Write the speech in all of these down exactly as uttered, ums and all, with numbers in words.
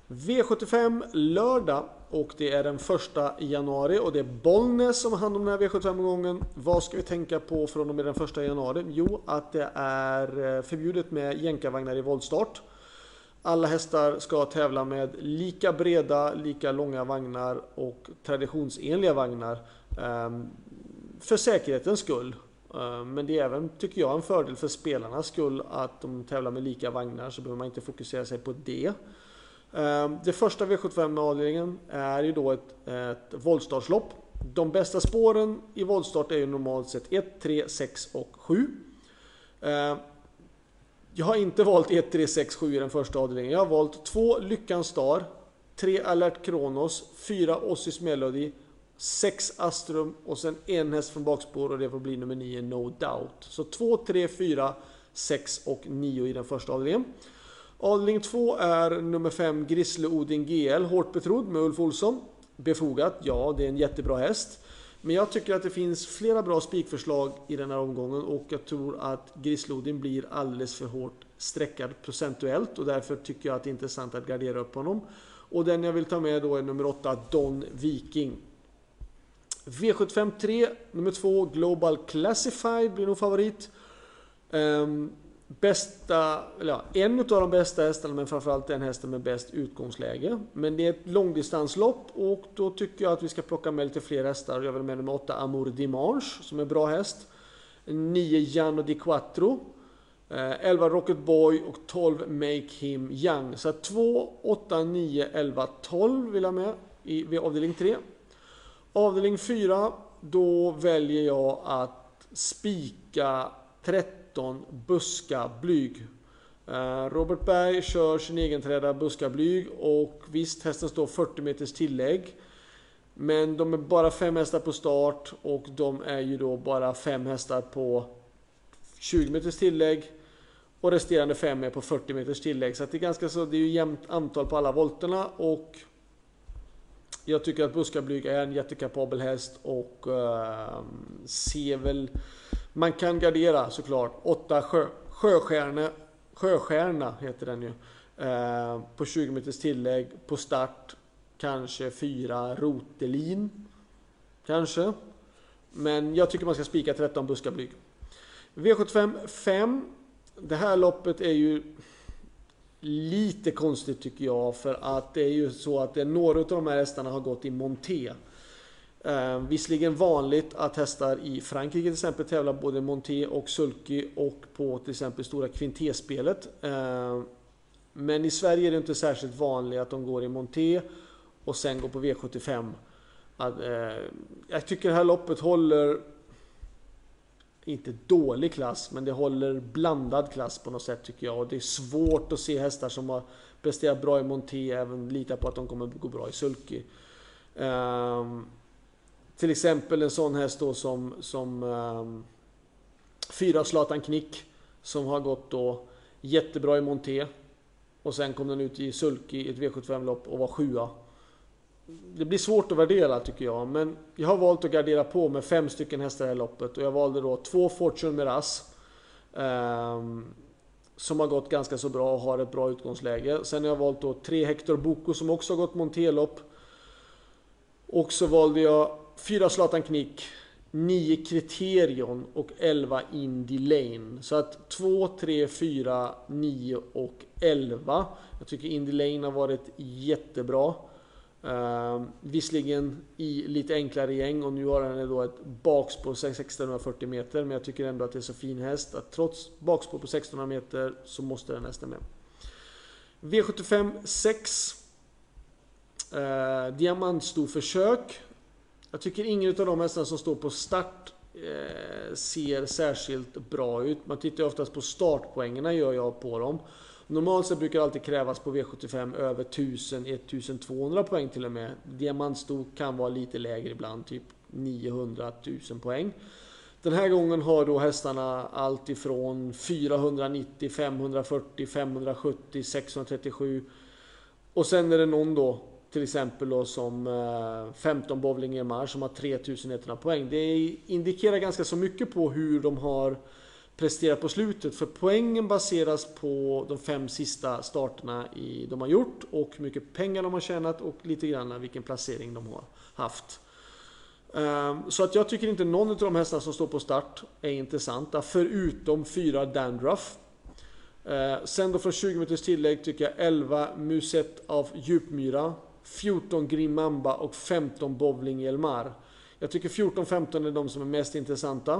V sjuttiofem lördag och det är den första januari och det är Bollnäs som har hand om den här V sjuttiofem-gången. Vad ska vi tänka på från och med den första januari? Jo, att det är förbjudet med jänkarvagnar i voltstart. Alla hästar ska tävla med lika breda, lika långa vagnar och traditionsenliga vagnar för säkerhetens skull. Men det är även, tycker jag, en fördel för spelarnas skull att de tävlar med lika vagnar, så behöver man inte fokusera sig på det. Det första V sjuttiofem-avdelningen är ju då ett, ett voltstartslopp. De bästa spåren i voltstart är ju normalt sett ett, tre, sex och sju. Jag har inte valt ett, tre, sex, sju i den första avdelningen. Jag har valt två Lyckans Star, tre Alert Kronos, fyra Ossis Melody, sex Astrum och sen en häst från bakspår och det får bli nummer nio No Doubt. Så två, tre, fyra, sex och nio i den första avdelningen. Avdelning två är nummer fem Grisle Odin G L, hårt betrodd med Ulf Olsson. Befogat, ja, det är en jättebra häst. Men jag tycker att det finns flera bra spikförslag i den här omgången och jag tror att Grisle Odin blir alldeles för hårt sträckad procentuellt och därför tycker jag att det är intressant att gardera upp honom. Och den jag vill ta med då är nummer åtta Don Viking. V sjuttiofem tre, nummer två Global Classified blir nog favorit. Um, bästa, ja, en av de bästa hästarna, men framförallt den hästen med bäst utgångsläge. Men det är ett långdistanslopp och då tycker jag att vi ska plocka med lite fler hästar. Jag vill med nummer åtta Amour Dimanche som är bra häst. nio Gianno Di Quattro. elva Rocket Boy och tolv Make Him Young. Så två, åtta, nio, elva, tolv vill jag med i avdelning tre. Avdelning fyra, då väljer jag att spika tretton Buska Blyg. Robert Berg kör sin egen träda Buska Blyg och visst, hästen står fyrtio meters tillägg. Men de är bara fem hästar på start och de är ju då bara fem hästar på tjugo meters tillägg. Och resterande fem är på fyrtio meters tillägg. Så att det är ganska så, det är ju jämnt antal på alla volterna och jag tycker att Buska Blyg är en jättekapabel häst och uh, ser väl, man kan gardera såklart åtta sjö, sjöstjärna, sjöstjärna heter den ju, uh, på tjugo meters tillägg på start, kanske fyra Rotelin kanske, men jag tycker man ska spika tretton Buska Blyg. V sjuttiofem fem, det här loppet är ju lite konstigt tycker jag, för att det är ju så att det är några av de här hästarna har gått i monté. Eh, visserligen vanligt att hästar i Frankrike till exempel tävlar både monté och sulky och på till exempel stora kvintéspelet. Eh, men i Sverige är det inte särskilt vanligt att de går i monté och sen går på V sjuttiofem. Att, eh, jag tycker det här loppet håller inte dålig klass, men det håller blandad klass på något sätt tycker jag. Och det är svårt att se hästar som har presterat bra i monté även lita på att de kommer gå bra i sulky. Um, till exempel en sån häst då som, som um, fyra Zlatan Knick som har gått då jättebra i monté och sen kom den ut i sulky i ett V sjuttiofem-lopp och var sjua. Det blir svårt att värdera tycker jag, men jag har valt att gardera på med fem stycken hästar i det här loppet och jag valde då två Fortune Miraz um, som har gått ganska så bra och har ett bra utgångsläge. Sen har jag valt då tre Hector Boko som också har gått montélopp och så valde jag fyra Zlatan Knick, nio Kriterion och elva Indy Lane. Så att två, tre, fyra, nio och elva. Jag tycker Indy Lane har varit jättebra. Uh, visserligen i lite enklare gäng och nu har den då ett bakspår på sextonhundrafyrtio meter, men jag tycker ändå att det är så fin häst att trots bakspår på sextonhundra meter så måste den nästan med. V sjuttiofem sex uh, Diamantstorförsök. Jag tycker ingen av de hästarna som står på start uh, ser särskilt bra ut. Man tittar ju oftast på startpoängerna, gör jag på dem. Normalt så brukar det alltid krävas på V sjuttiofem över tusen till twelve hundra poäng till och med. Diamantstor kan vara lite lägre ibland, typ niohundra tusen poäng. Den här gången har då hästarna allt ifrån fyrahundranittio, femhundrafyrtio, femhundrasjuttio, sexhundratrettiosju. Och sen är det någon då, till exempel då som femton Bowling Emar som har tre tusen etthundra poäng. Det indikerar ganska så mycket på hur de har presterar på slutet. För poängen baseras på de fem sista starterna i, de har gjort och hur mycket pengar de har tjänat och lite grann vilken placering de har haft. Så att jag tycker inte någon av de hästarna som står på start är intressanta förutom fyra Dandruff. Sen då från tjugo minuters tillägg tycker jag elva Muset av Djupmyra, fjorton Grimamba och femton Bowling Elmar. Jag tycker fjorton femton är de som är mest intressanta.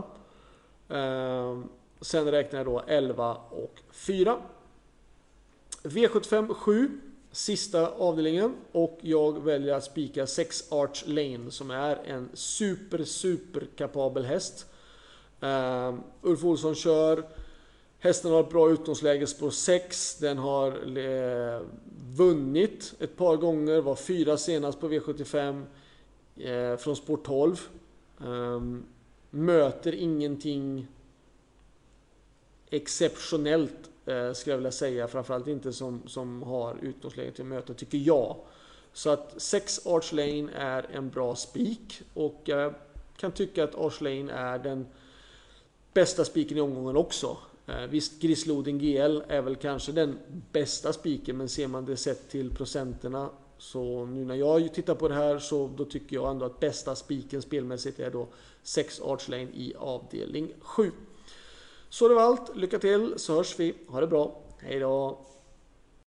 Sen räknar jag då elva och fyra. V sjuttiofem sju, sista avdelningen, och jag väljer att spika sex Arch Lane som är en super super kapabel häst. Uh, Ulf Olsson kör. Hästen har ett bra utgångsläge, spår sex. Den har eh, vunnit ett par gånger, var fyra senast på V sjuttiofem eh, från spår tolv. Um, möter ingenting exceptionellt eh, skulle jag vilja säga, framförallt inte som, som har utgångsläget till möte, tycker jag. Så att sex Arch Lane är en bra spik, och jag kan tycka att Arch Lane är den bästa spiken i omgången också. Eh, visst, Grislodin G L är väl kanske den bästa spiken, men ser man det sett till procenterna, så nu när jag tittar på det här, så då tycker jag ändå att bästa spiken spelmässigt är då sex Arch Lane i avdelning sju. Så det var allt. Lycka till, så hörs vi. Ha det bra. Hej då!